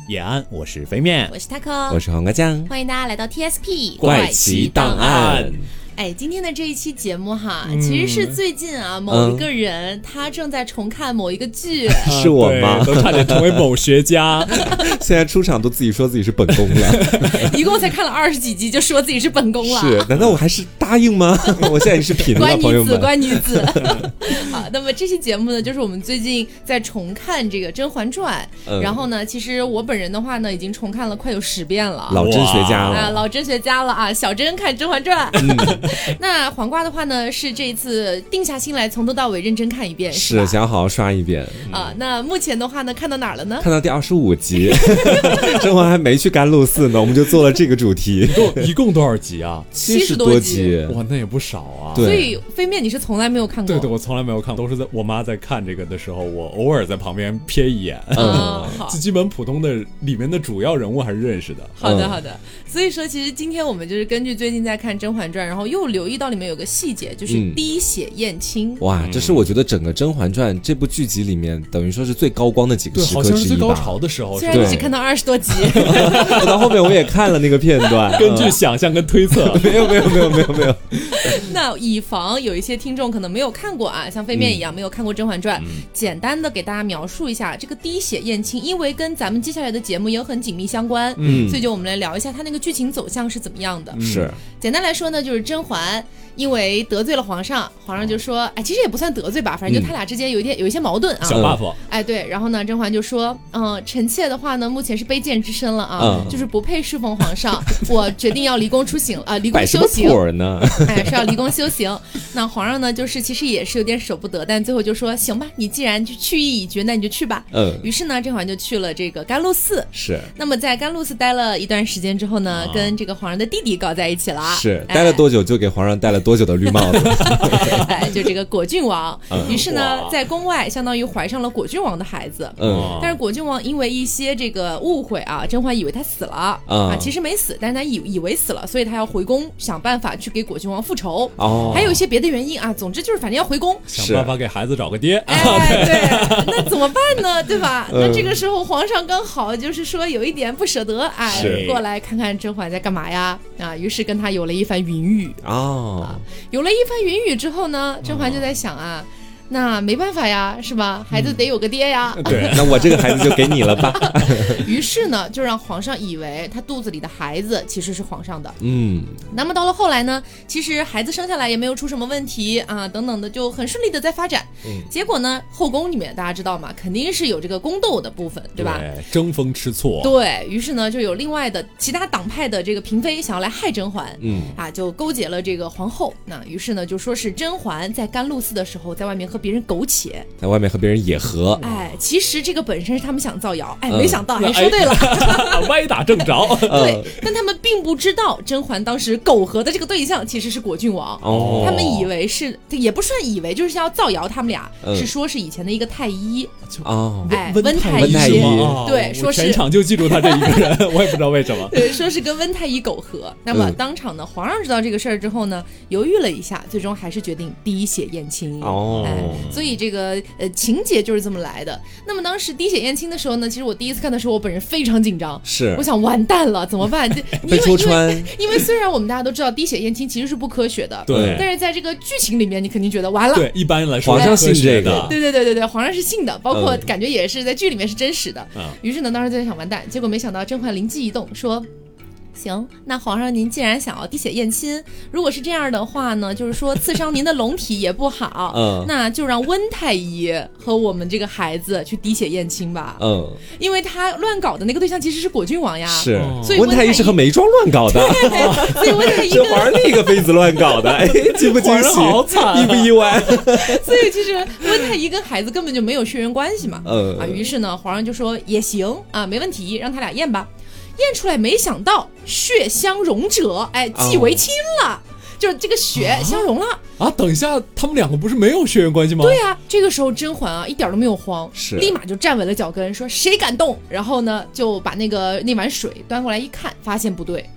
延安，我是飞面， 我是 Taco， 我是黄瓜酱， 欢迎大家来到 TSP 怪奇档案。 哎，今天的这一期节目哈，其实是最近啊某一个人他正在重看某一个剧， 是我吗？ 都差点成为某学家， 现在出场都自己说自己是本宫了， 一共才看了20几集就说自己是本宫了， 是？难道我还是答应吗？我现在也是贫了，朋友们， 关女子。好，那么这期节目呢，就是我们最近在重看这个《甄嬛传》，然后呢，其实我本人的话呢，已经重看了快有10遍了， 老甄学家了啊，老甄学家了啊，小甄看《甄嬛传》。那黄瓜的话呢，是这一次定下心来从头到尾认真看一遍，是想要好好刷一遍啊。那目前的话呢，看到哪儿了呢？ 看到第25集，甄嬛还没去甘露寺呢，我们就做了这个主题。 一共多少集啊 ？70多集， 哇，那也不少啊。 对， 所以飞面你是从来没有看过？ 对，我从来没有看过，都是在我妈在看这个的时候，我偶尔在旁边瞥一眼。基本普通的里面的主要人物还是认识的。 好的。所以说，其实今天我们就是根据最近在看《甄嬛传》，然后又留意到里面有个细节，就是滴血验亲。 哇，这是我觉得整个《甄嬛传》这部剧集里面，等于说是最高光的几个时刻之一吧。 好像是最高潮的时候。 虽然你只看到20多集， 我到后面我也看了那个片段， 根据想象跟推测， 没有。 那以防有一些听众可能没有看过啊，像飞面一样没有看过《甄嬛传》，简单的给大家描述一下这个滴血验亲，因为跟咱们接下来的节目也很紧密相关，所以就我们来聊一下它那个剧情走向是怎么样的。 是， 简单来说呢，就是甄嬛因为得罪了皇上，皇上就说，哎，其实也不算得罪吧，反正就他俩之间有一些矛盾啊， 小 buff。 哎，对，然后呢，甄嬛就说，臣妾的话呢，目前是卑贱之身了啊，就是不配侍奉皇上，我决定要离宫出行啊，离宫修行。 摆什么谱呢？ 哎，是要离宫修行。那皇上呢，就是其实也是有点舍不得，但最后就说，行吧，你既然就去意已决，那你就去吧。于是呢，甄嬛就去了这个甘露寺。 是。 那么在甘露寺待了一段时间之后呢，跟这个皇上的弟弟搞在一起了。 是。待了多久就给皇上戴了多久的绿帽子。 哎，就这个果郡王。于是呢，在宫外相当于怀上了果郡王的孩子。但是果郡王因为一些这个误会啊，甄嬛以为他死了啊，其实没死，但是他以为死了，所以他要回宫想办法去给果郡王复仇。还有一些别的原因啊，总之就是反正要回宫， 想办法给孩子找个爹。 哎，对，那怎么办呢？对吧？那这个时候皇上刚好就是说有一点不舍得，哎，过来看看甄嬛在干嘛呀？啊，于是跟他有了一番云雨。有了一番云雨之后呢，甄嬛就在想啊，那没办法呀，是吧？孩子得有个爹呀。 对，那我这个孩子就给你了吧。 于是呢，就让皇上以为他肚子里的孩子其实是皇上的。那么到了后来呢，其实孩子生下来也没有出什么问题啊，等等的，就很顺利的在发展。结果呢，后宫里面大家知道嘛，肯定是有这个宫斗的部分，对吧？ 对，争风吃醋。 对，于是呢，就有另外的其他党派的这个嫔妃想要来害甄嬛，就勾结了这个皇后。那于是呢，就说是甄嬛在甘露寺的时候，在外面和别人苟且， 在外面和别人野合。 哎，其实这个本身是他们想造谣，哎，没想到还说对了， 歪打正着。 对，但他们并不知道甄嬛当时苟合的这个对象其实是果郡王。他们以为是，也不算以为，就是要造谣他们俩，是说是以前的一个太医。哎，温太医。对，说是全场就记住他这一个人，我也不知道为什么。 对，说是跟温太医苟合。那么当场呢，皇上知道这个事儿之后呢，犹豫了一下，最终还是决定滴血验亲。所以这个情节就是这么来的。那么当时滴血验亲的时候呢，其实我第一次看的时候，我本人非常紧张， 是我想完蛋了，怎么办？ 被戳穿。 因为虽然我们大家都知道滴血验亲其实是不科学的， 对， 但是在这个剧情里面，你肯定觉得完了。 对，一般来说皇上信这个， 对，皇上是信的，包括感觉也是在剧里面是真实的。于是呢，当时在想完蛋，结果没想到甄嬛灵机一动说，行，那皇上您既然想要滴血验亲，如果是这样的话呢，就是说刺伤您的龙体也不好，那就让温太医和我们这个孩子去滴血验亲吧。因为他乱搞的那个对象其实是果郡王呀， 是， 所以温太医是和眉庄乱搞的， 所以温太医是皇上另一个妃子乱搞的，哎，惊不惊喜？ 好惨， 意不意外？ 所以其实温太医跟孩子根本就没有血缘关系嘛。于是呢，皇上就说也行啊，没问题，让他俩验吧。验出来没想到血相容者，哎，即为亲了。就是这个血相融了啊！等一下，他们两个不是没有血缘关系吗？ 对啊，这个时候甄嬛啊一点都没有慌， 是立马就站稳了脚跟，说谁敢动？然后呢就把那碗水端过来一看，发现不对。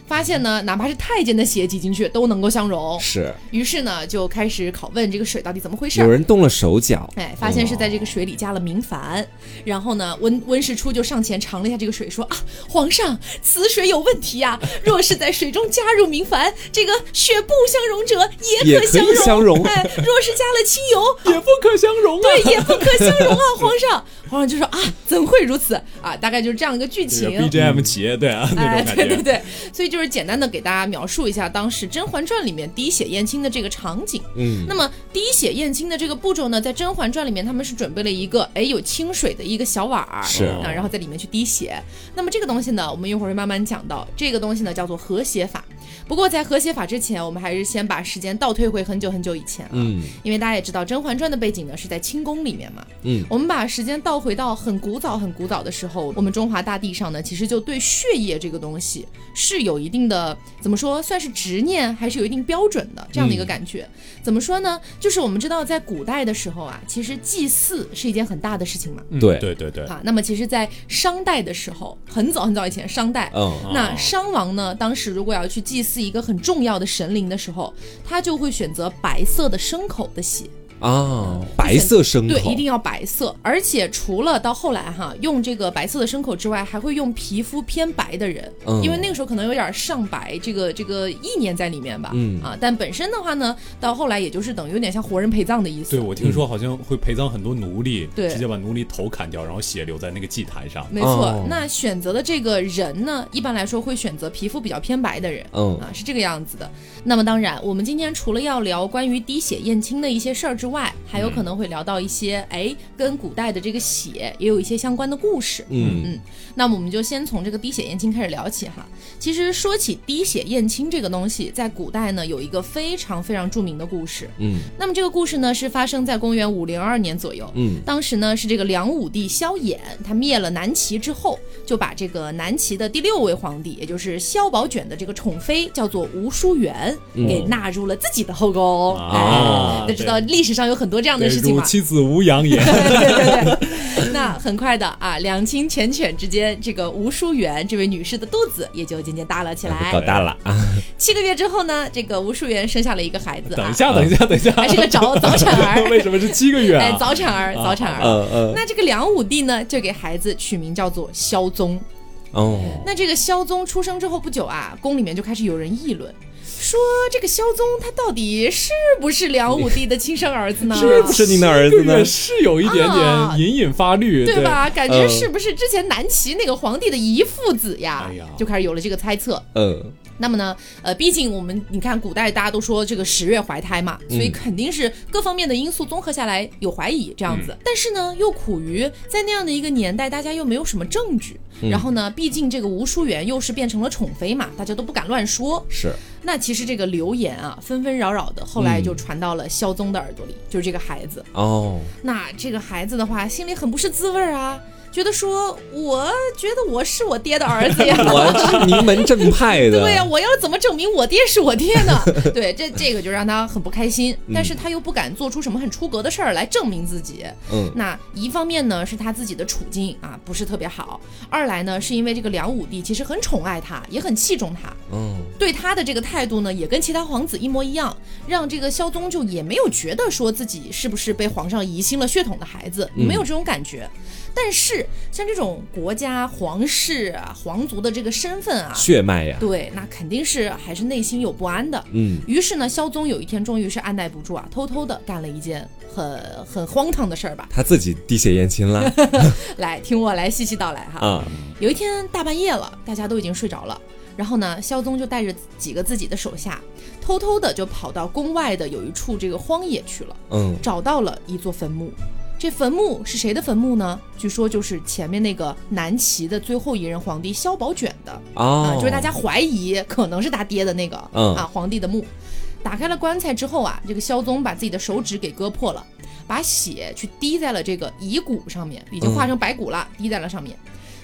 发现呢，哪怕是太监的血挤进去都能够相溶。 是。 于是呢，就开始拷问这个水到底怎么回事。 有人动了手脚， 发现是在这个水里加了明矾。然后呢，温实初就上前尝了一下这个水，说啊，皇上，此水有问题呀！若是在水中加入明矾，这个血不相容者也可相容。若是加了清油， 也不可相容啊。 对，也不可相容啊，皇上就说啊，怎会如此啊？大概就是这样一个剧情。 BGM 企业对啊，那种感觉。 对，所以就是简单的给大家描述一下当时《甄嬛传》里面滴血验亲的这个场景。那么滴血验亲的这个步骤呢，在《甄嬛传》里面他们是准备了一个有清水的一个小碗儿， 是然后在里面去滴血。那么这个东西呢，我们一会儿会慢慢讲到，这个东西呢叫做和血法。不过在和血法之前，我们还是先把时间倒退回很久很久以前因为大家也知道《甄嬛传》的背景呢是在清宫里面嘛。我们把时间倒回到很古早的时候，我们中华大地上呢，其实就对血液这个东西是有一定的，怎么说，算是执念，还是有一定标准的这样的一个感觉。怎么说呢？就是我们知道在古代的时候啊，其实祭祀是一件很大的事情嘛。 对那么其实在商代的时候，很早以前，商代那商王呢，当时如果要去祭祀一个很重要的神灵的时候，他就会选择白色的牲口的血白色牲口， 对，一定要白色。而且除了到后来用这个白色的牲口之外，还会用皮肤偏白的人，因为那个时候可能有点上白这个意念在里面吧。但本身的话呢，到后来也就是等于有点像活人陪葬的意思。 对，我听说好像会陪葬很多奴隶， 对， 直接把奴隶头砍掉，然后血留在那个祭台上。 没错，那选择的这个人呢，一般来说会选择皮肤比较偏白的人，是这个样子的。那么当然，我们今天除了要聊关于滴血验亲的一些事儿之外，还有可能会聊到一些跟古代的这个血也有一些相关的故事。那么我们就先从这个滴血验亲开始聊起哈。其实说起滴血验亲这个东西，在古代呢有一个非常非常著名的故事。那么这个故事呢是发生在公元502年左右。当时呢是这个梁武帝萧衍，他灭了南齐之后，就把这个南齐的第6位皇帝，也就是萧宝卷的这个宠妃叫做吴淑媛，给纳入了自己的后宫。就知道历史上有很多这样的事情嘛。 汝妻子无养也。 对。那很快的两清缱绻之间，这个吴淑媛这位女士的肚子也就渐渐大了起来， 搞大了 7个月之后呢，这个吴淑媛生下了一个孩子。 等一下， 还是个早产儿。 为什么是7个月啊？ 早产儿。那这个梁武帝呢，就给孩子取名叫做萧宗。那这个萧宗出生之后不久宫里面就开始有人议论，说这个萧宗他到底是不是梁武帝的亲生儿子呢？ 是不是您的儿子呢？ 是有一点点隐隐发绿， 对吧？感觉是不是之前南齐那个皇帝的遗父子呀？就开始有了这个猜测。那么呢，毕竟你看古代大家都说这个10月怀胎嘛，所以肯定是各方面的因素综合下来有怀疑这样子。但是呢，又苦于在那样的一个年代，大家又没有什么证据。然后呢，毕竟这个吴淑媛又是变成了宠妃嘛，大家都不敢乱说。 是。 那其实这个流言纷纷扰扰的，后来就传到了萧宗的耳朵里，就是这个孩子。那这个孩子的话，心里很不是滋味啊。觉得说，我觉得我是我爹的儿子呀， 我是名门正派的。 对呀，我要怎么证明我爹是我爹呢？对，这个就让他很不开心，但是他又不敢做出什么很出格的事儿来证明自己。那一方面呢是他自己的处境不是特别好，二来呢是因为这个梁武帝其实很宠爱他，也很器重他。对他的这个态度呢也跟其他皇子一模一样，让这个萧宗就也没有觉得说自己是不是被皇上疑心了血统的孩子，没有这种感觉。但是像这种国家皇室皇族的这个身份血脉呀， 对，那肯定是还是内心有不安的。于是呢，萧宗有一天终于是按耐不住偷偷的干了一件很荒唐的事儿吧。 他自己滴血验亲了。 来，听我来细细道来哈。有一天大半夜了，大家都已经睡着了，然后呢，萧宗就带着几个自己的手下，偷偷的就跑到宫外的有一处这个荒野去了。找到了一座坟墓。这坟墓是谁的坟墓呢？据说就是前面那个南齐的最后一任皇帝萧宝卷的。就是大家怀疑可能是他爹的那个皇帝的墓。打开了棺材之后这个萧宗把自己的手指给割破了，把血去滴在了这个遗骨上面，已经化成白骨了，滴在了上面。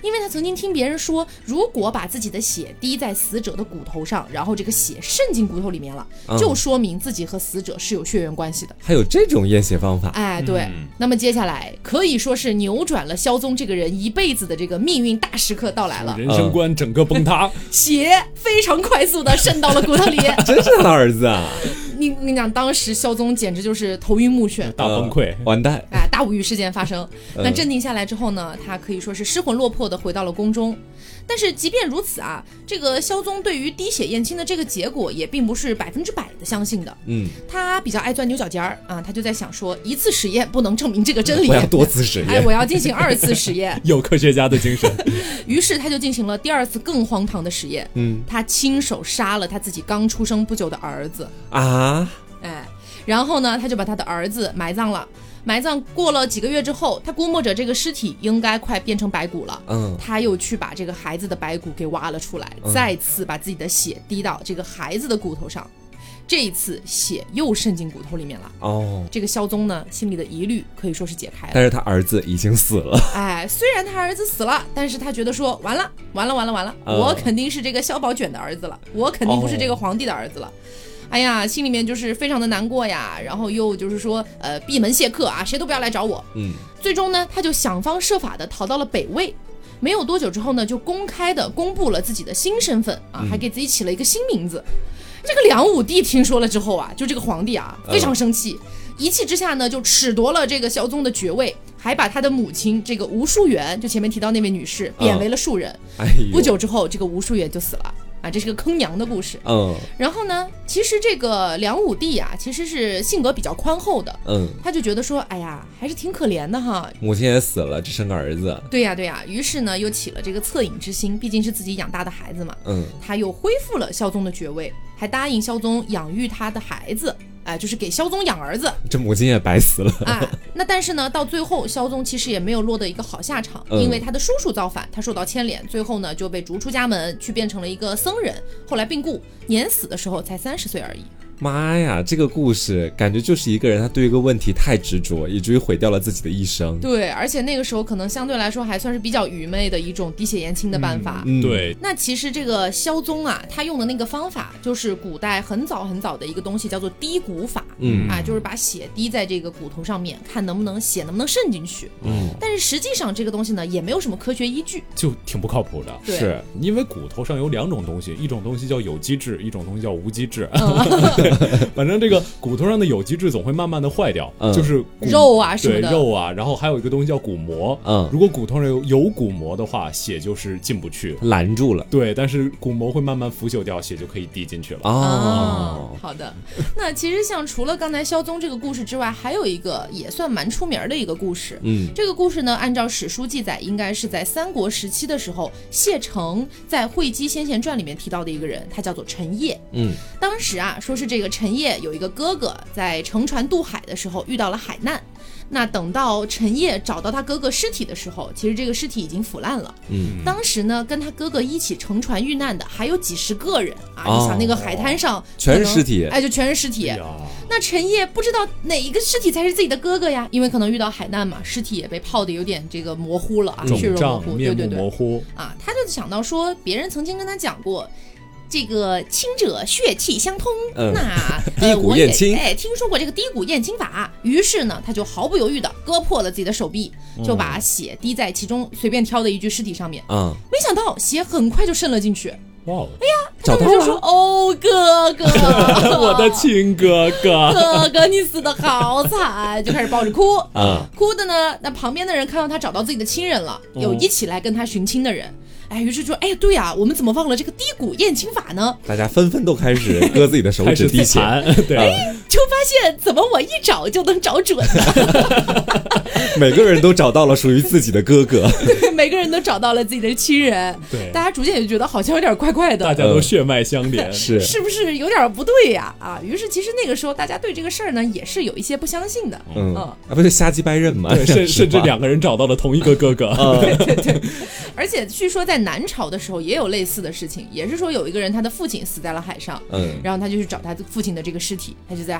因为他曾经听别人说，如果把自己的血滴在死者的骨头上，然后这个血渗进骨头里面了，就说明自己和死者是有血缘关系的。 还有这种验血方法？ 哎，对。那么接下来可以说是扭转了萧宗这个人一辈子的这个命运大时刻到来了， 人生观整个崩塌， 血非常快速的渗到了骨头里。 真是他儿子啊！ 你跟你讲，当时萧宗简直就是头晕目眩， 大崩溃， 完蛋！ 哎，大无语事件发生。那镇定下来之后呢，他可以说是失魂落魄的回到了宫中。但是即便如此啊，这个萧宗对于滴血验亲的这个结果也并不是100%的相信的。他比较爱钻牛角尖儿啊，他就在想说，一次实验不能证明这个真理， 我要多次实验， 哎，我要进行2次实验， 有科学家的精神。 于是他就进行了第2次更荒唐的实验，他亲手杀了他自己刚出生不久的儿子啊， 哎，然后呢，他就把他的儿子埋葬了。埋葬过了几个月之后，他估摸着这个尸体应该快变成白骨了，他又去把这个孩子的白骨给挖了出来，再次把自己的血滴到这个孩子的骨头上，这一次血又渗进骨头里面了。这个萧宗呢，心里的疑虑可以说是解开了， 但是他儿子已经死了。 哎，虽然他儿子死了，但是他觉得说完了，我肯定是这个萧宝卷的儿子了，我肯定不是这个皇帝的儿子了。哎呀，心里面就是非常的难过呀，然后又就是说闭门谢客啊，谁都不要来找我。最终呢，他就想方设法的逃到了北魏。没有多久之后呢，就公开的公布了自己的新身份啊，还给自己起了一个新名字。这个梁武帝听说了之后啊，就这个皇帝啊非常生气，一气之下呢就褫夺了这个萧宗的爵位，还把他的母亲这个吴淑媛，就前面提到那位女士，贬为了庶人。不久之后，这个吴淑媛就死了。啊，这是个坑娘的故事。然后呢，其实这个梁武帝啊，其实是性格比较宽厚的。他就觉得说，哎呀，还是挺可怜的哈。 母亲也死了，只剩个儿子。 对呀，于是呢，又起了这个恻隐之心，毕竟是自己养大的孩子嘛。他又恢复了萧宗的爵位，还答应萧宗养育他的孩子。就是给萧宗养儿子， 这母亲也白死了。 那但是呢，到最后萧宗其实也没有落得一个好下场，因为他的叔叔造反，他受到牵连，最后呢就被逐出家门，去变成了一个僧人，后来病故，年死的时候才30岁而已。 妈呀，这个故事感觉就是一个人他对一个问题太执着，以至于毁掉了自己的一生。 对，而且那个时候可能相对来说还算是比较愚昧的一种滴血验亲的办法。 对。 那其实这个萧宗啊，他用的那个方法就是古代很早的一个东西，叫做滴骨法。就是把血滴在这个骨头上面，看血能不能渗进去。但是实际上这个东西呢，也没有什么科学依据， 就挺不靠谱的。是因为骨头上有2种东西，一种东西叫有机质，一种东西叫无机质。反正这个骨头上的有机质总会慢慢的坏掉，就是肉啊什么的。 对，肉啊，然后还有一个东西叫骨膜。如果骨头上有骨膜的话，血就是进不去， 拦住了。 对，但是骨膜会慢慢腐朽掉，血就可以滴进去了。 好的。那其实像除了刚才萧宗这个故事之外，还有一个也算蛮出名的一个故事。这个故事呢，按照史书记载，应该是在三国时期的时候，谢承在《会稽先贤传》里面提到的一个人，他叫做陈烨。当时啊，说是这个陈烨有一个哥哥在乘船渡海的时候遇到了海难。那等到陈烨找到他哥哥尸体的时候，其实这个尸体已经腐烂了。当时呢，跟他哥哥一起乘船遇难的还有几十个人啊！你想那个海滩上全是尸体， 就全是尸体。那陈烨不知道哪一个尸体才是自己的哥哥呀，因为可能遇到海难嘛，尸体也被泡的有点这个模糊了啊，血肉模糊， 面目模糊啊，他就想到说，别人曾经跟他讲过。这个亲者血气相通，那滴骨验亲， 听说过这个滴骨验亲法，于是呢，他就毫不犹豫的割破了自己的手臂，就把血滴在其中随便挑的一具尸体上面。没想到血很快就渗了进去。 哇！ 哎呀，找到了！就说哦，哥哥， 我的亲哥哥， 哥哥你死得好惨，就开始抱着哭。哭的呢，那旁边的人看到他找到自己的亲人了，有一起来跟他寻亲的人。于是说，对呀，我们怎么忘了这个滴骨验亲法呢？ 大家纷纷都开始割自己的手指滴血， 对， 就发现怎么我一找就能找准了。 每个人都找到了属于自己的哥哥， 对，每个人都找到了自己的亲人， 对， 大家逐渐也觉得好像有点怪怪的， 大家都血脉相连， 是不是有点不对呀？于是其实那个时候大家对这个事儿呢也是有一些不相信的， 不是瞎鸡掰认吗？ 对，甚至2个人找到了同一个哥哥， 对，而且据说在南朝的时候也有类似的事情，也是说有一个人他的父亲死在了海上，然后他就去找他父亲的这个尸体，他就在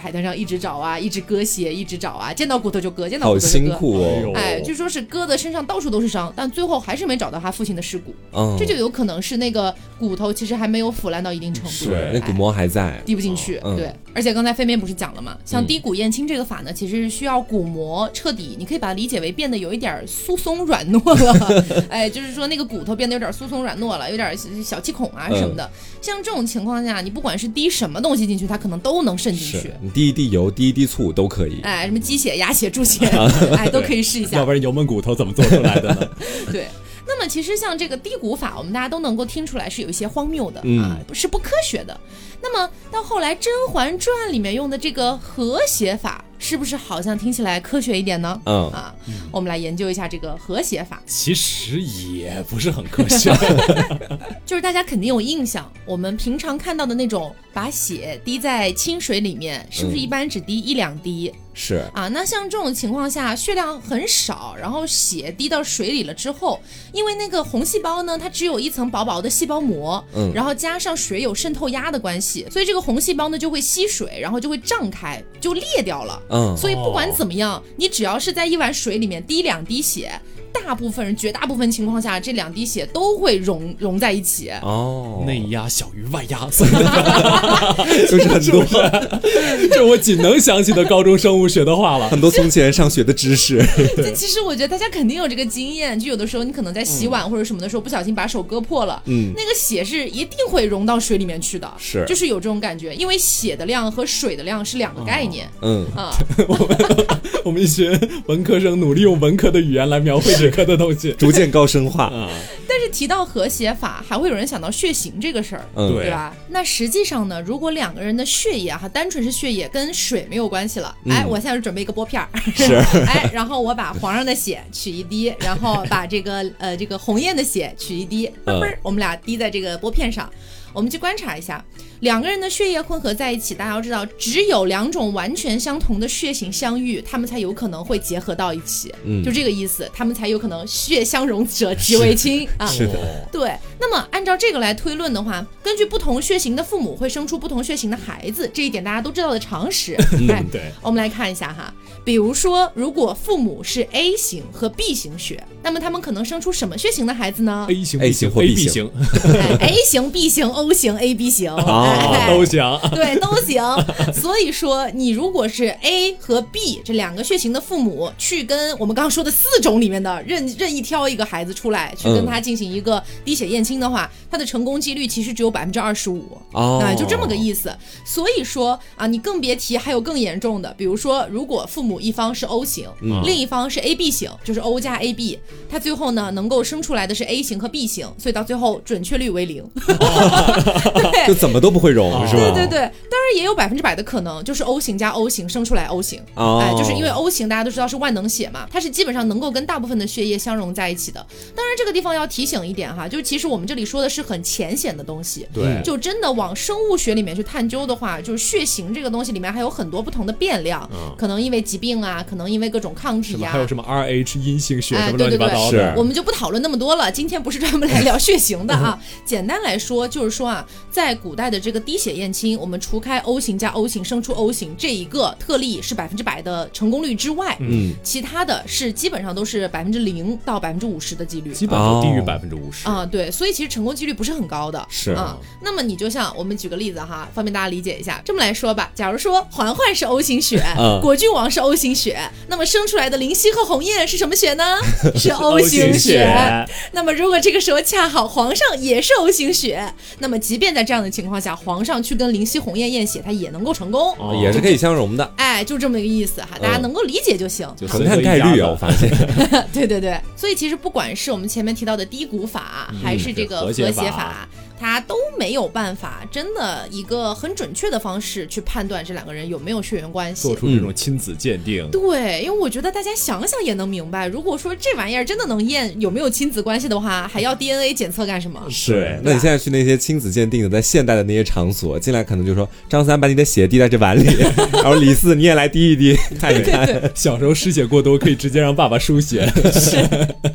海滩上一直找啊，一直割血，一直找啊，见到骨头就割，见到骨头就割， 好辛苦哦。 哎，据说是割的身上到处都是伤，但最后还是没找到他父亲的尸骨。这就有可能是那个骨头其实还没有腐烂到一定程度， 是那骨膜还在， 滴不进去。对，而且刚才飞面不是讲了吗？像滴骨验亲这个法呢，其实是需要骨膜彻底，你可以把它理解为变得有一点疏松软糯了。哎，就是说那个骨头变得有点疏松软糯了，有点小气孔啊什么的。像这种情况下，你不管是滴什么东西进去，它可能都能渗进去。 你滴一滴油，滴一滴醋都可以。 哎，什么鸡血、鸭血、猪血，哎，都可以试一下。 要不然油焖骨头怎么做出来的呢？ 对。那么其实像这个滴骨法，我们大家都能够听出来是有一些荒谬的啊，是不科学的。那么到后来《甄嬛传》里面用的这个和血法，是不是好像听起来科学一点呢？我们来研究一下这个和血法。 其实也不是很科学， 就是大家肯定有印象，我们平常看到的那种把血滴在清水里面，是不是一般只滴1-2滴？ 是啊，那像这种情况下，血量很少，然后血滴到水里了之后，因为那个红细胞呢，它只有一层薄薄的细胞膜，然后加上水有渗透压的关系，所以这个红细胞呢就会吸水，然后就会胀开，就裂掉了。所以不管怎么样，你只要是在一碗水里面滴2滴血，大部分人绝大部分情况下，这2滴血都会融在一起。 内压小于外压， 就是很多， 这我仅能想起的高中生物学的话了， 很多从前上学的知识。 其实我觉得大家肯定有这个经验，就有的时候你可能在洗碗或者什么的时候不小心把手割破了，那个血是一定会融到水里面去的，就是有这种感觉，因为血的量和水的量是2个概念。 我们一群文科生努力用文科的语言来描绘这科的东西， 逐渐高深化。 但是提到和血法，还会有人想到血型这个事儿，对吧？那实际上呢，如果2个人的血液单纯是血液，跟水没有关系了，哎，我现在就准备一个拨片儿，哎，然后我把皇上的血取1滴，然后把这个鸿雁的血取1滴，我们俩滴在这个拨片上。我们去观察一下，2个人的血液混合在一起，大家要知道，只有2种完全相同的血型相遇，他们才有可能会结合到一起，就这个意思，他们才有可能血相融者即为亲啊。 是的， 对。那么按照这个来推论的话，根据不同血型的父母会生出不同血型的孩子，这一点大家都知道的常识。 对。 我们来看一下哈，比如说，如果父母是 A 型和 B 型血，那么他们可能生出什么血型的孩子呢 ？A 型或 B 型 ，A 型、B 型、O 型、AB 型， 都行， 对，都行。所以说，你如果是 A 和 B 这2个血型的父母，去跟我们刚刚说的4种里面的任意挑一个孩子出来，去跟他进行一个滴血验亲的话，他的成功几率其实只有25%，就这么个意思。所以说啊，你更别提还有更严重的，比如说，如果父母一方是 O 型，另一方是 AB 型，就是 O 加 AB， 他最后呢能够生出来的是 A 型和 B 型，所以到最后准确率为0。对， 就怎么都不会融，是吧？ 对，当然也有100%的可能，就是 O 型加 O 型生出来 O 型，哎，就是因为 O 型大家都知道是万能血嘛，它是基本上能够跟大部分的血液相融在一起的。当然这个地方要提醒一点哈，就是其实我们这里说的是很浅显的东西， 对， 就真的往生物学里面去探究的话，就是血型这个东西里面还有很多不同的变量，可能因为疾病啊，可能因为各种抗体啊， 还有什么 RH 阴性血什么乱七八糟的， 我们就不讨论那么多了，今天不是专门来聊血型的啊。简单来说就是说啊，在古代的这个滴血验亲，我们除开 O 型加 O 型生出 O 型这一个特例是100%的成功率之外，其他的是基本上都是0%到50%的几率， 基本都低于50% 啊。对，所以其实成功几率不是很高的， 是啊。那么你就像我们举个例子哈，方便大家理解一下。这么来说吧，假如说嬛嬛是 O 型血，果郡王是 O 型血，那么生出来的灵犀和鸿雁是什么血呢？是 O 型血。那么如果这个时候恰好皇上也是 O 型血，那么即便在这样的情况下，皇上去跟灵犀鸿雁验血，他也能够成功， 也是可以相融的。 哎，就这么一个意思哈，大家能够理解就行。 就横看概率啊，我发现。 对，所以其实不管是我们前面提到的滴骨法，还是这个和血法，它都没有办法真的一个很准确的方式去判断这2个人有没有血缘关系， 做出这种亲子鉴定。 对，因为我觉得大家想想也能明白，如果说这玩意儿真的能验有没有亲子关系的话，还要 DNA 检测干什么？ 是，那你现在去那些亲子鉴定的，在现代的那些场所进来，可能就说张三把你的血滴在这碗里，然后李四你也来滴一滴，看一看。 小时候失血过多，可以直接让爸爸输血。 是。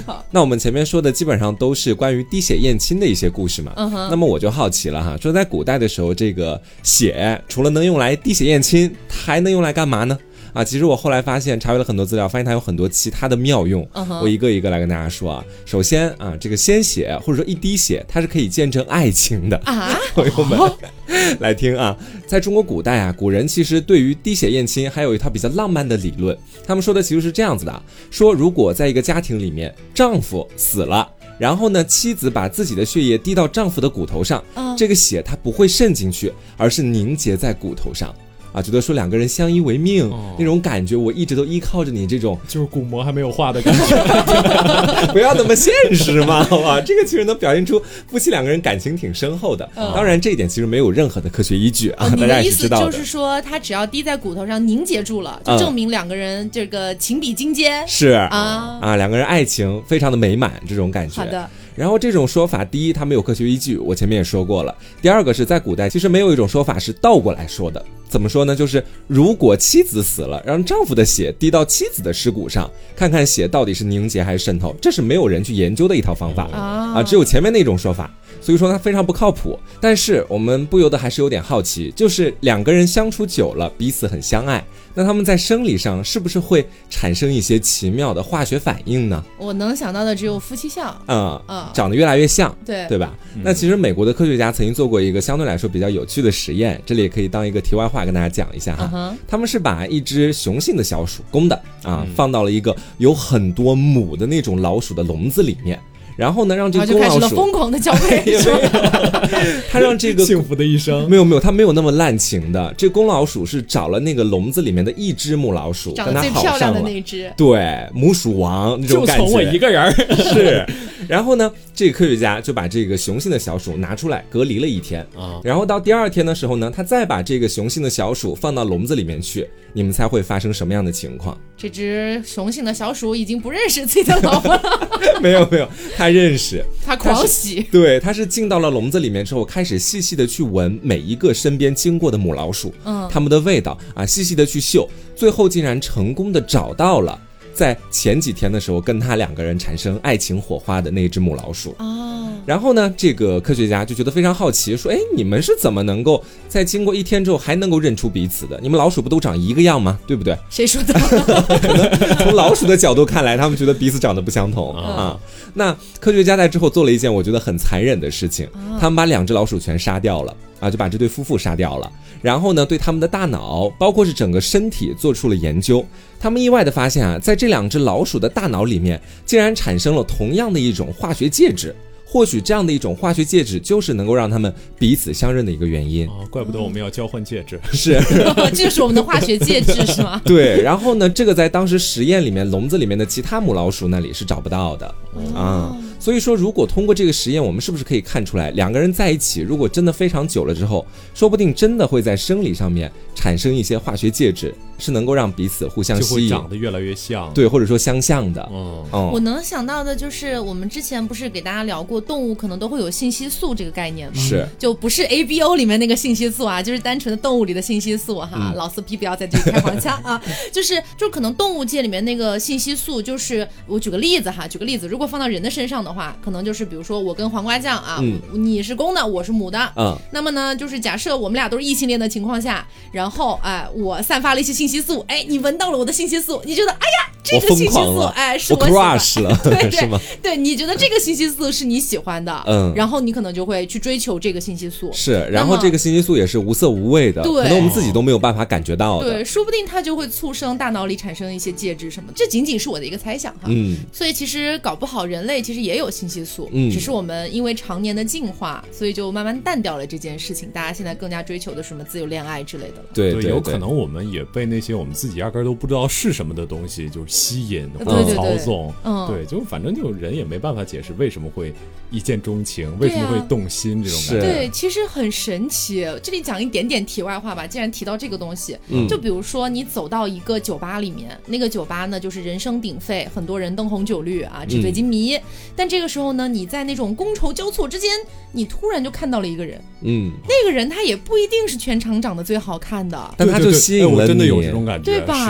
那我们前面说的基本上都是关于滴血验亲的一些故事嘛。那么我就好奇了哈，说在古代的时候，这个血除了能用来滴血验亲，它还能用来干嘛呢？其实我后来发现查阅了很多资料，发现它有很多其他的妙用。我一个一个来跟大家说啊。首先这个鲜血或者说一滴血，它是可以见证爱情的啊，朋友们来听啊。在中国古代古人其实对于滴血验亲还有一套比较浪漫的理论。他们说的其实是这样子的，说如果在一个家庭里面，丈夫死了，然后呢，妻子把自己的血液滴到丈夫的骨头上，这个血它不会渗进去，而是凝结在骨头上。觉得说两个人相依为命，那种感觉，我一直都依靠着你，这种就是骨膜还没有化的感觉。 不要那么现实嘛，好吧？这个其实能表现出夫妻两个人感情挺深厚的。当然，这一点其实没有任何的科学依据大家也是知道的。 你的意思就是说，它只要滴在骨头上凝结住了，就证明两个人这个情比金坚， 是两个人爱情非常的美满，这种感觉。 好的。 然后这种说法，第一它没有科学依据，我前面也说过了。第二个是在古代其实没有一种说法是倒过来说的。怎么说呢？就是如果妻子死了，让丈夫的血滴到妻子的尸骨上，看看血到底是凝结还是渗透，这是没有人去研究的一套方法只有前面那种说法，所以说它非常不靠谱。但是我们不由得还是有点好奇，就是两个人相处久了，彼此很相爱，那他们在生理上是不是会产生一些奇妙的化学反应呢？ 我能想到的只有夫妻相， 长得越来越像， 对吧？那其实美国的科学家曾经做过一个相对来说比较有趣的实验，这里也可以当一个题外话跟大家讲一下哈。他们是把一只雄性的小鼠，公的放到了一个有很多母的那种老鼠的笼子里面。然后呢，让这个公老鼠就开始了疯狂的交配， 他让这个幸福的一生没有，他没有那么滥情的。这公老鼠是找了那个笼子里面的一只母老鼠， 长得最漂亮的那只， 对，母鼠王那种感觉， 就从我一个人是。然后呢，这个科学家就把这个雄性的小鼠拿出来隔离了一天然后到第二天的时候呢，他再把这个雄性的小鼠放到笼子里面去，你们猜会发生什么样的情况？ 这只雄性的小鼠已经不认识自己的老婆了。 没有，他认识， 他狂喜。 对，他是进到了笼子里面之后，开始细细的去闻每一个身边经过的母老鼠，它们的味道细细的去嗅，最后竟然成功的找到了在前几天的时候跟他两个人产生爱情火花的那只母老鼠然后呢，这个科学家就觉得非常好奇，说你们是怎么能够在经过一天之后还能够认出彼此的？你们老鼠不都长一个样吗？对不对？ 谁说的？ 可能从老鼠的角度看来，他们觉得彼此长得不相同那科学家在之后做了一件我觉得很残忍的事情，他们把两只老鼠全杀掉了就把这对夫妇杀掉了。然后呢，对他们的大脑包括是整个身体做出了研究。他们意外的发现在这两只老鼠的大脑里面竟然产生了同样的一种化学介质。或许这样的一种化学介质就是能够让他们彼此相认的一个原因怪不得我们要交换戒指是这就是我们的化学介质是吗？ 对，然后呢，这个在当时实验里面笼子里面的其他母老鼠那里是找不到的所以说如果通过这个实验，我们是不是可以看出来，两个人在一起如果真的非常久了之后，说不定真的会在生理上面产生一些化学介质，是能够让彼此互相吸引， 就会长得越来越像， 对，或者说相像的我能想到的就是我们之前不是给大家聊过动物可能都会有信息素这个概念吗？ 是， 就不是 ABO 里面那个信息素就是单纯的动物里的信息素老司机不要在这里开黄腔就可能动物界里面那个信息素，就是我举个例子，如果放到人的身上的话，可能就是比如说我跟黄瓜酱你是公的，我是母的那么呢，就是假设我们俩都是异性恋的情况下，然后我散发了一些信息素，你闻到了我的信息素，你觉得哎呀这个信息素是我喜欢了对是吗？ 对，你觉得这个信息素是你喜欢的然后你可能就会去追求这个信息素， 是，然后这个信息素也是无色无味的，可能我们自己都没有办法感觉到的， 对，说不定它就会促生大脑里产生一些介质什么，这仅仅是我的一个猜想所以其实搞不好人类其实也有信息素只是我们因为常年的进化，所以就慢慢淡掉了这件事情，大家现在更加追求的什么自由恋爱之类的了。 对， 有可能我们也被那些我们自己压根都不知道是什么的东西就是吸引或者操纵，对，就反正就人也没办法解释为什么会一见钟情，为什么会动心这种感觉。 对，其实很神奇。这里讲一点点题外话吧，既然提到这个东西就比如说你走到一个酒吧里面，那个酒吧呢就是人声鼎沸，很多人灯红酒绿纸醉金迷但这个时候呢，你在那种觥筹交错之间，你突然就看到了一个人那个人他也不一定是全场长得最好看的， 但他就吸引了你， 我真的有这种感觉， 对吧？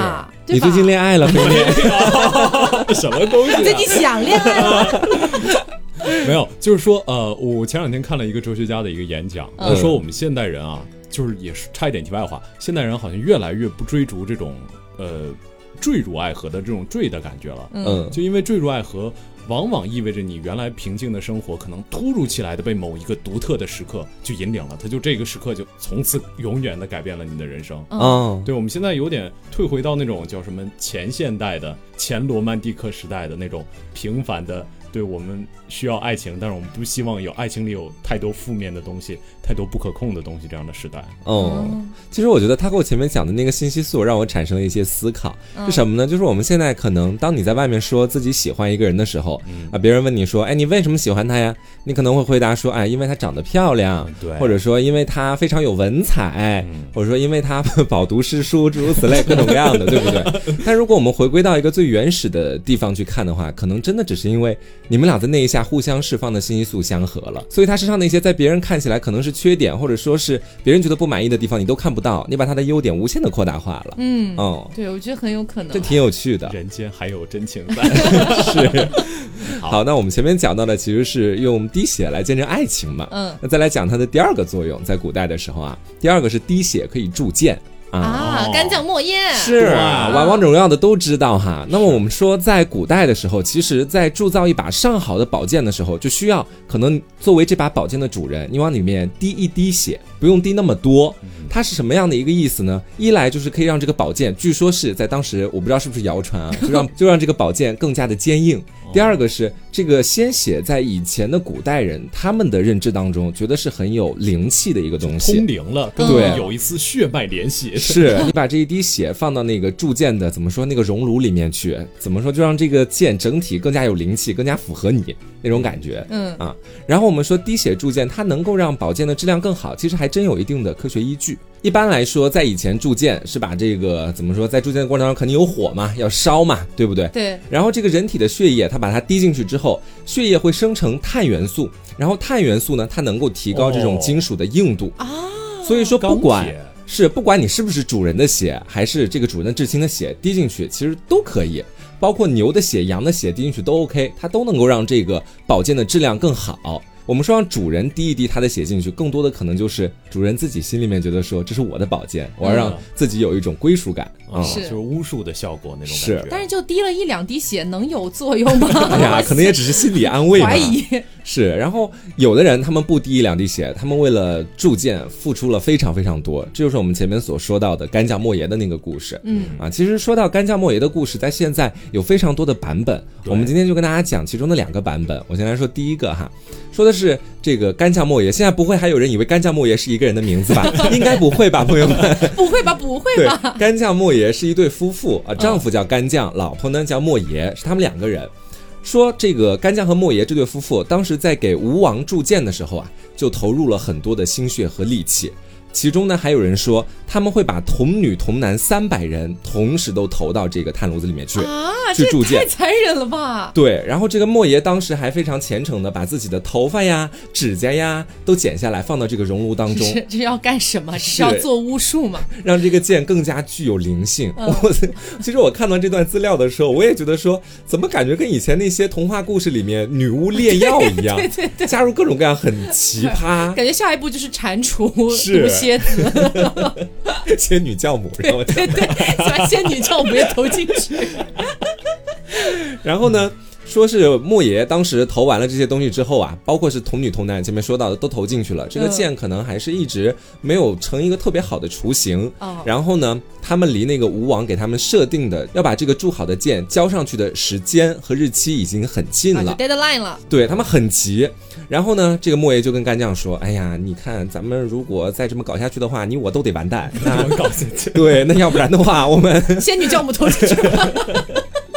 你最近恋爱了，黑恋？ 什么东西？ 最近想恋爱了？ 没有，就是说，我前2天看了一个哲学家的一个演讲，他说我们现代人啊，就是也是差一点题外话，现代人好像越来越不追逐这种坠入爱河的这种坠的感觉了。就因为坠入爱河往往意味着你原来平静的生活可能突如其来的被某一个独特的时刻就引领了，它就这个时刻就从此永远的改变了你的人生。对，我们现在有点退回到那种叫什么前现代的前罗曼蒂克时代的那种平凡的，对，我们需要爱情，但是我们不希望有爱情里有太多负面的东西，太多不可控的东西，这样的时代。 其实我觉得他跟我前面讲的那个信息素让我产生了一些思考，是什么呢？就是我们现在可能当你在外面说自己喜欢一个人的时候，别人问你说，哎，你为什么喜欢他呀？你可能会回答说，哎，因为他长得漂亮，或者说因为他非常有文采，或者说因为他饱读诗书，诸如此类，各种各样的，对不对？但如果我们回归到一个最原始的地方去看的话，可能真的只是因为你们俩在那一下互相释放的信息素相合了，所以他身上那些在别人看起来可能是缺点，或者说是别人觉得不满意的地方，你都看不到，你把他的优点无限的扩大化了。 对，我觉得很有可能， 这挺有趣的。 人间还有真情在。 是。好，那我们前面讲到的其实是用滴血来见证爱情嘛。那再来讲它的第2个作用，在古代的时候啊，第2个是滴血可以铸剑。 干将莫邪是玩王者荣耀的都知道哈。那么我们说，在古代的时候，其实在铸造一把上好的宝剑的时候，就需要可能作为这把宝剑的主人，你往里面滴一滴血，不用滴那么多。它是什么样的一个意思呢？一来就是可以让这个宝剑，据说是在当时，我不知道是不是谣传啊，就让这个宝剑更加的坚硬。第2个是这个鲜血在以前的古代人他们的认知当中觉得是很有灵气的一个东西， 通灵了，对，有一丝血脉联系。 是你把这一滴血放到那个铸剑的怎么说那个熔炉里面去，怎么说就让这个剑整体更加有灵气，更加符合你那种感觉。然后我们说滴血铸剑它能够让宝剑的质量更好，其实还真有一定的科学依据。一般来说，在以前铸剑是把这个怎么说，在铸剑的过程中肯定有火嘛，要烧嘛，对不对？ 对。 然后这个人体的血液，它把它滴进去之后，血液会生成碳元素，然后碳元素呢，它能够提高这种金属的硬度所以说不管你是不是主人的血，还是这个主人的至亲的血滴进去，其实都可以。包括牛的血、羊的血滴进去都 OK， 它都能够让这个宝剑的质量更好。我们说让主人滴一滴他的血进去，更多的可能就是主人自己心里面觉得说这是我的宝剑，我要让自己有一种归属感。 就是巫术的效果那种感觉。 但是就滴了1-2滴血能有作用吗？ 哎呀，可能也只是心理安慰嘛。 怀疑。 是，然后有的人他们不滴1-2滴血，他们为了铸剑付出了非常非常多，这就是我们前面所说到的干将莫邪的那个故事。其实说到干将莫邪的故事，在现在有非常多的版本，我们今天就跟大家讲其中的2个版本。我先来说第一个哈，说的是这个干将莫邪。现在不会还有人以为干将莫邪是一个人的名字吧？应该不会吧，朋友们？ 不会吧？不会吧？ 对，干将莫邪是一对夫妇丈夫叫干将，老婆呢叫莫邪，是他们2个人。说这个干将和莫邪这对夫妇当时在给吴王铸剑的时候啊，就投入了很多的心血和力气。其中呢，还有人说他们会把童女童男300人同时都投到这个炭炉子里面去去铸剑， 太残忍了吧？ 对，然后这个莫邪当时还非常虔诚的把自己的头发呀、指甲呀都剪下来放到这个熔炉当中。 这要干什么？是要做巫术吗？ 让这个剑更加具有灵性。其实我看到这段资料的时候，我也觉得说，怎么感觉跟以前那些童话故事里面女巫炼药一样，对，加入各种各样很奇葩， 感觉下一步就是蟾蜍、毒蝎子、 仙女教母， 对，把仙女教母也投进去。 然后呢，说是莫邪当时投完了这些东西之后啊，包括是童女童男前面说到的都投进去了，这个剑可能还是一直没有成一个特别好的雏形。然后呢，他们离那个吴王给他们设定的要把这个铸好的剑交上去的时间和日期已经很近了 ，deadline 了。 对，他们很急。然后呢，这个莫邪就跟干将说：“哎呀，你看咱们如果再这么搞下去的话，你我都得完蛋。那搞下去，对，那要不然的话，我们仙女教母投进去了。”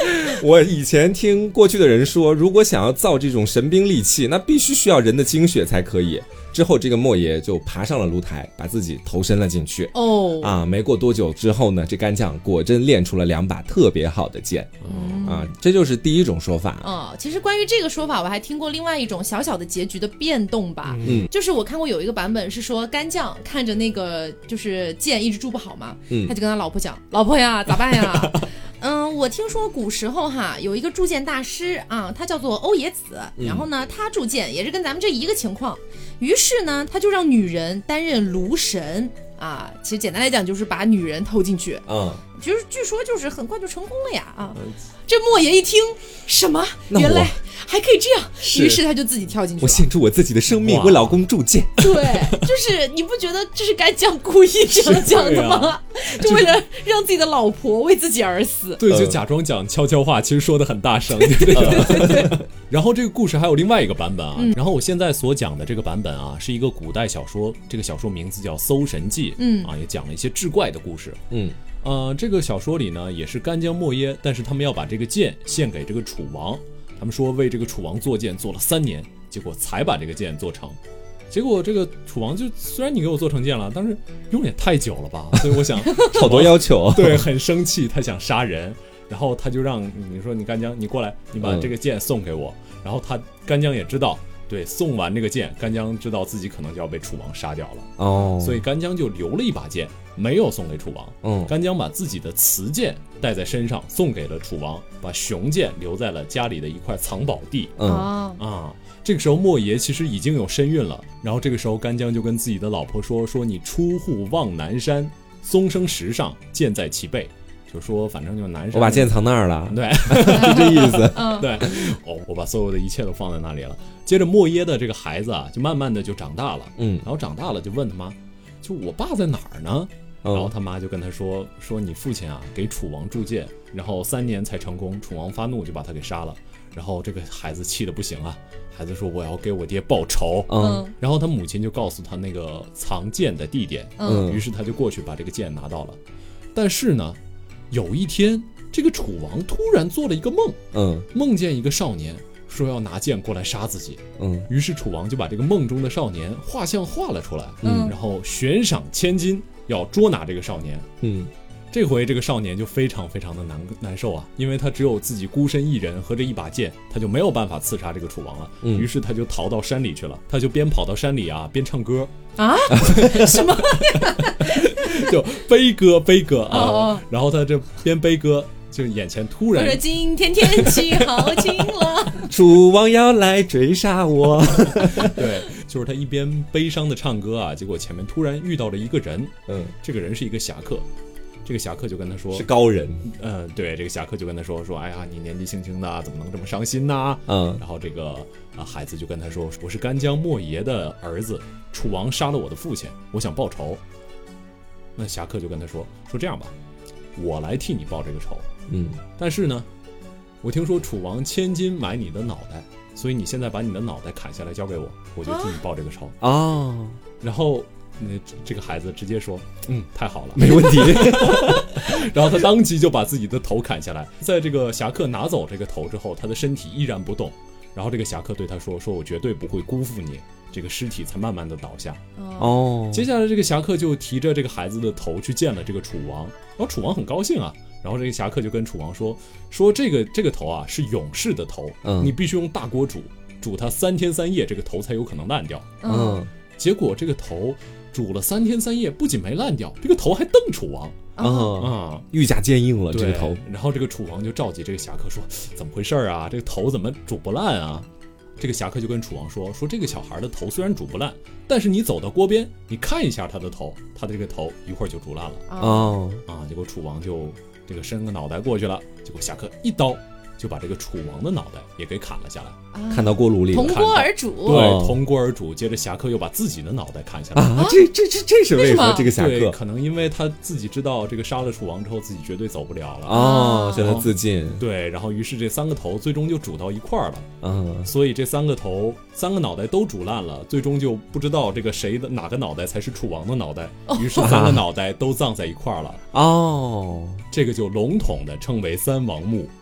我以前听过去的人说，如果想要造这种神兵利器，那必须需要人的精血才可以。之后这个莫爷就爬上了炉台，把自己投身了进去。没过多久之后呢，这干将果真练出了2把特别好的剑。这就是第一种说法。 其实关于这个说法，我还听过另外一种小小的结局的变动吧。就是我看过有一个版本是说，干将看着那个就是剑一直铸不好嘛，他就跟他老婆讲：“老婆呀，咋办呀？”我听说古时候有一个铸剑大师啊，他叫做欧冶子，然后呢，他铸剑也是跟咱们这一个情况，于是呢，他就让女人担任炉神啊，其实简单来讲就是把女人投进去，就是据说就是很快就成功了呀啊。这莫爷一听，什么？原来还可以这样，于是他就自己跳进去了。 我献出我自己的生命为老公铸剑。 对，就是你不觉得这是干将故意这样讲的吗？就为了让自己的老婆为自己而死。 对，就假装讲悄悄话，其实说的很大声。对。然后这个故事还有另外一个版本啊，然后我现在所讲的这个版本啊，是一个古代小说，这个小说名字叫《搜神记》，也讲了一些志怪的故事。这个小说里呢也是干将莫耶，但是他们要把这个剑献给这个楚王，他们说为这个楚王做剑做了3年，结果才把这个剑做成。结果这个楚王就虽然你给我做成剑了，但是用也太久了吧，所以我想好多要求， 对，很生气，他想杀人，然后他就让你说你干将你过来，你把这个剑送给我，然后他干将也知道。对，送完这个剑，干将知道自己可能就要被楚王杀掉了，所以干将就留了一把剑，没有送给楚王。干将把自己的瓷剑带在身上送给了楚王，把雄剑留在了家里的一块藏宝地。这个时候莫爷其实已经有身孕了，然后这个时候干将就跟自己的老婆说你出户望南山，松生石上，剑在其背。就说反正就南山， 我把剑藏那儿了， 对， 就这意思。 对，我把所有的一切都放在那里了。接着莫耶的这个孩子啊，就慢慢的就长大了，然后长大了就问他妈，就我爸在哪儿呢？然后他妈就跟他说你父亲啊给楚王铸剑，然后3年才成功，楚王发怒就把他给杀了。然后这个孩子气得不行啊，孩子说我要给我爹报仇。然后他母亲就告诉他那个藏剑的地点，于是他就过去把这个剑拿到了。但是呢，有一天，这个楚王突然做了一个梦，梦见一个少年说要拿剑过来杀自己，于是楚王就把这个梦中的少年画像画了出来，然后悬赏1000金要捉拿这个少年。这回这个少年就非常非常的难受啊，因为他只有自己孤身一人和这一把剑，他就没有办法刺杀这个楚王了。于是他就逃到山里去了，他就边跑到山里啊边唱歌啊，什么就悲歌啊，然后他这边悲歌，就眼前突然， 今天天气好晴了， 楚王要来追杀我。 对，就是他一边悲伤的唱歌啊，结果前面突然遇到了一个人，这个人是一个侠客。这个侠客就跟他说是高人， 对，这个侠客就跟他说哎呀，你年纪轻轻的怎么能这么伤心呢？然后这个孩子就跟他说，我是干将莫爷的儿子，楚王杀了我的父亲，我想报仇。那侠客就跟他说这样吧，我来替你报这个仇，但是呢，我听说楚王1000金买你的脑袋，所以你现在把你的脑袋砍下来交给我，我就替你报这个仇。然后这个孩子直接说太好了， 没问题。 然后他当即就把自己的头砍下来，在这个侠客拿走这个头之后，他的身体依然不动，然后这个侠客对他说我绝对不会辜负你，这个尸体才慢慢的倒下。接下来这个侠客就提着这个孩子的头去见了这个楚王，然后楚王很高兴啊，然后这个侠客就跟楚王说这个头啊是勇士的头，你必须用大锅煮它3天3夜，这个头才有可能烂掉。结果这个头煮了3天3夜，不仅没烂掉，这个头还瞪楚王愈加坚硬了这个头。 然后这个楚王就召集这个侠客说怎么回事啊，这个头怎么煮不烂啊？这个侠客就跟楚王说这个小孩的头虽然煮不烂，但是你走到锅边，你看一下他的头，他的这个头一会儿就煮烂了。结果楚王就这个伸个脑袋过去了，结果侠客一刀就把这个楚王的脑袋也给砍了下来， 看到锅炉里， 铜锅而煮。 对，铜锅而煮。接着侠客又把自己的脑袋砍下来这是为什么？这个侠客可能因为他自己知道这个杀了楚王之后自己绝对走不了了所以他自尽。 对，然后于是这3个头最终就煮到一块儿了。所以这3个头3个脑袋都煮烂了，最终就不知道这个谁的哪个脑袋才是楚王的脑袋，于是3个脑袋都葬在一块儿了。这个就笼统的称为3王墓。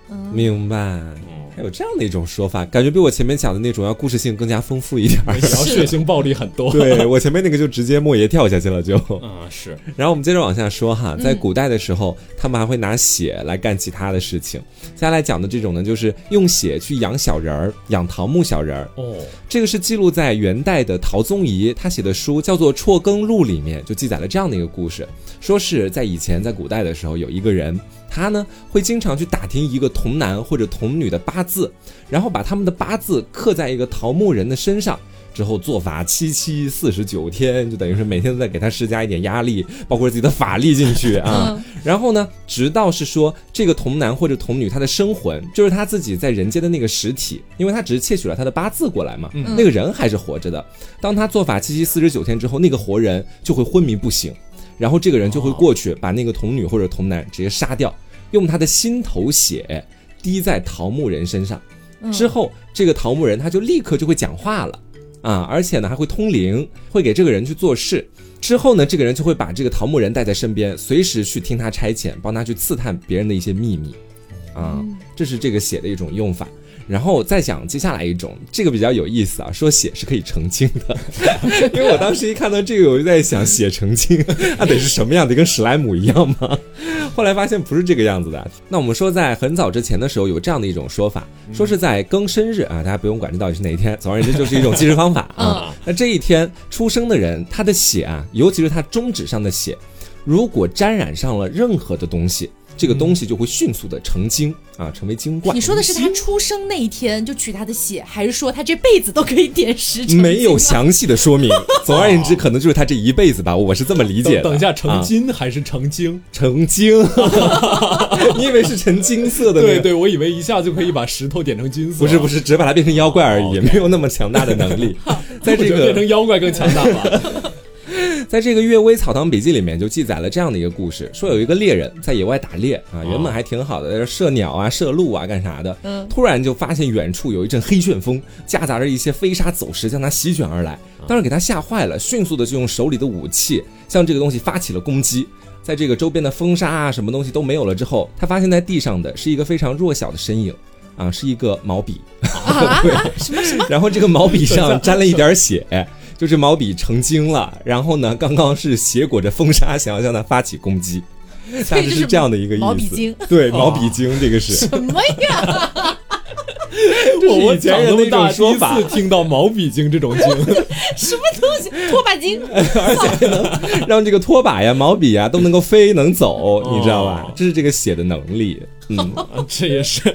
明白。还有这样的一种说法，感觉比我前面讲的那种要故事性更加丰富一点， 然后血腥暴力很多。 对，我前面那个就直接莫爷跳下去了就。 是。 然后我们接着往下说哈，在古代的时候，他们还会拿血来干其他的事情。接下来讲的这种呢，就是用血去养小人儿，养桃木小人儿。这个是记录在元代的陶宗仪他写的书叫做《辍耕录》里面，就记载了这样的一个故事，说是在以前在古代的时候，有一个人。他呢会经常去打听一个童男或者童女的八字，然后把他们的八字刻在一个桃木人的身上，之后做法7期49天，就等于是每天都在给他施加一点压力，包括自己的法力进去啊。然后呢，直到是说这个童男或者童女他的生魂，就是他自己在人间的那个实体，因为他只是窃取了他的八字过来嘛，那个人还是活着的。当他做法7期49天之后，那个活人就会昏迷不醒。然后这个人就会过去把那个童女或者童男直接杀掉，用他的心头血滴在桃木人身上，之后这个桃木人他就立刻就会讲话了而且呢还会通灵，会给这个人去做事。之后呢这个人就会把这个桃木人带在身边，随时去听他差遣，帮他去刺探别人的一些秘密这是这个血的一种用法。然后再讲接下来一种，这个比较有意思说血是可以成精的因为我当时一看到这个我就在想，血成精得是什么样的，跟史莱姆一样吗？后来发现不是这个样子的。那我们说在很早之前的时候有这样的一种说法，说是在庚申日大家不用管这到底是哪一天，总而言之就是一种计时方法那这一天出生的人，他的血尤其是他中指上的血，如果沾染上了任何的东西，这个东西就会迅速的成精成为精怪。 你说的是他出生那一天就取他的血，还是说他这辈子都可以点石成精？ 没有详细的说明总而言之可能就是他这一辈子吧，我是这么理解的。 等一下，成金还是成精？ 成精你以为是成金色的？ 对，我以为一下就可以把石头点成金色。 不是只把它变成妖怪而已，也没有那么强大的能力在这个变成妖怪更强大吧在这个《阅微草堂笔记》里面就记载了这样的一个故事，说有一个猎人在野外打猎原本还挺好的，射鸟射鹿干啥的突然就发现远处有一阵黑旋风，夹杂着一些飞沙走石将他席卷而来，当时给他吓坏了，迅速的就用手里的武器向这个东西发起了攻击。在这个周边的风沙什么东西都没有了之后，他发现在地上的是一个非常弱小的身影是一个毛笔什么然后这个毛笔上沾了一点血就是毛笔成精了，然后呢刚刚是血裹着风沙想要向他发起攻击，大致是这样的一个意思。 毛笔精， 对，毛笔精这个是什么呀我以前人那种说法，第一次听到毛笔精这种精什么东西，拖把精而且还能让这个拖把毛笔都能够飞能走你知道吧，这是这个血的能力这也是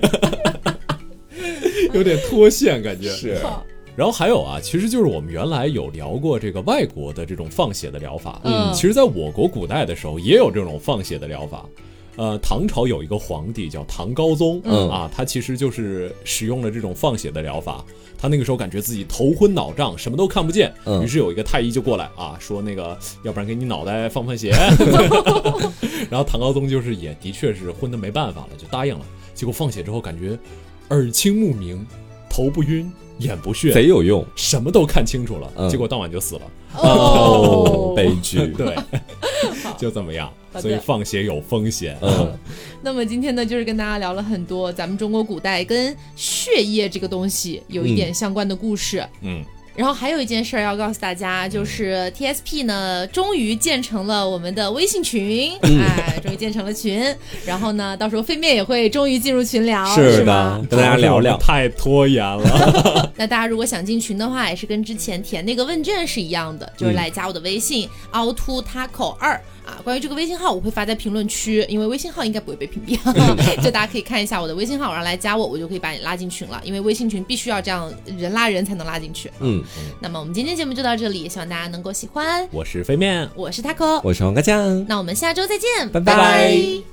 有点脱线感觉是。 然后还有其实就是我们原来有聊过这个外国的这种放血的疗法其实在我国古代的时候也有这种放血的疗法唐朝有一个皇帝叫唐高宗他其实就是使用了这种放血的疗法。他那个时候感觉自己头昏脑胀，什么都看不见于是有一个太医就过来说那个要不然给你脑袋放血然后唐高宗就是也的确是昏得没办法了，就答应了。结果放血之后感觉耳清目明，头不晕，眼不眩， 贼有用， 什么都看清楚了结果当晚就死了悲剧对就这么样，所以放血有风险那么今天呢就是跟大家聊了很多咱们中国古代跟血液这个东西有一点相关的故事然后还有一件事要告诉大家，就是 TSP 呢终于建成了我们的微信群终于建成了群。然后呢到时候飞面也会终于进入群聊， 是吧？ 跟大家聊聊。 太拖延了那大家如果想进群的话，也是跟之前填那个问卷是一样的，就是来加我的微信凹凸 taco 2关于这个微信号我会发在评论区，因为微信号应该不会被屏蔽就大家可以看一下我的微信号，然后来加我就可以把你拉进群了，因为微信群必须要这样人拉人才能拉进去那么我们今天节目就到这里，希望大家能够喜欢。 我是飞面， 我是 taco， 我是黄瓜酱， 那我们下周再见， 拜拜。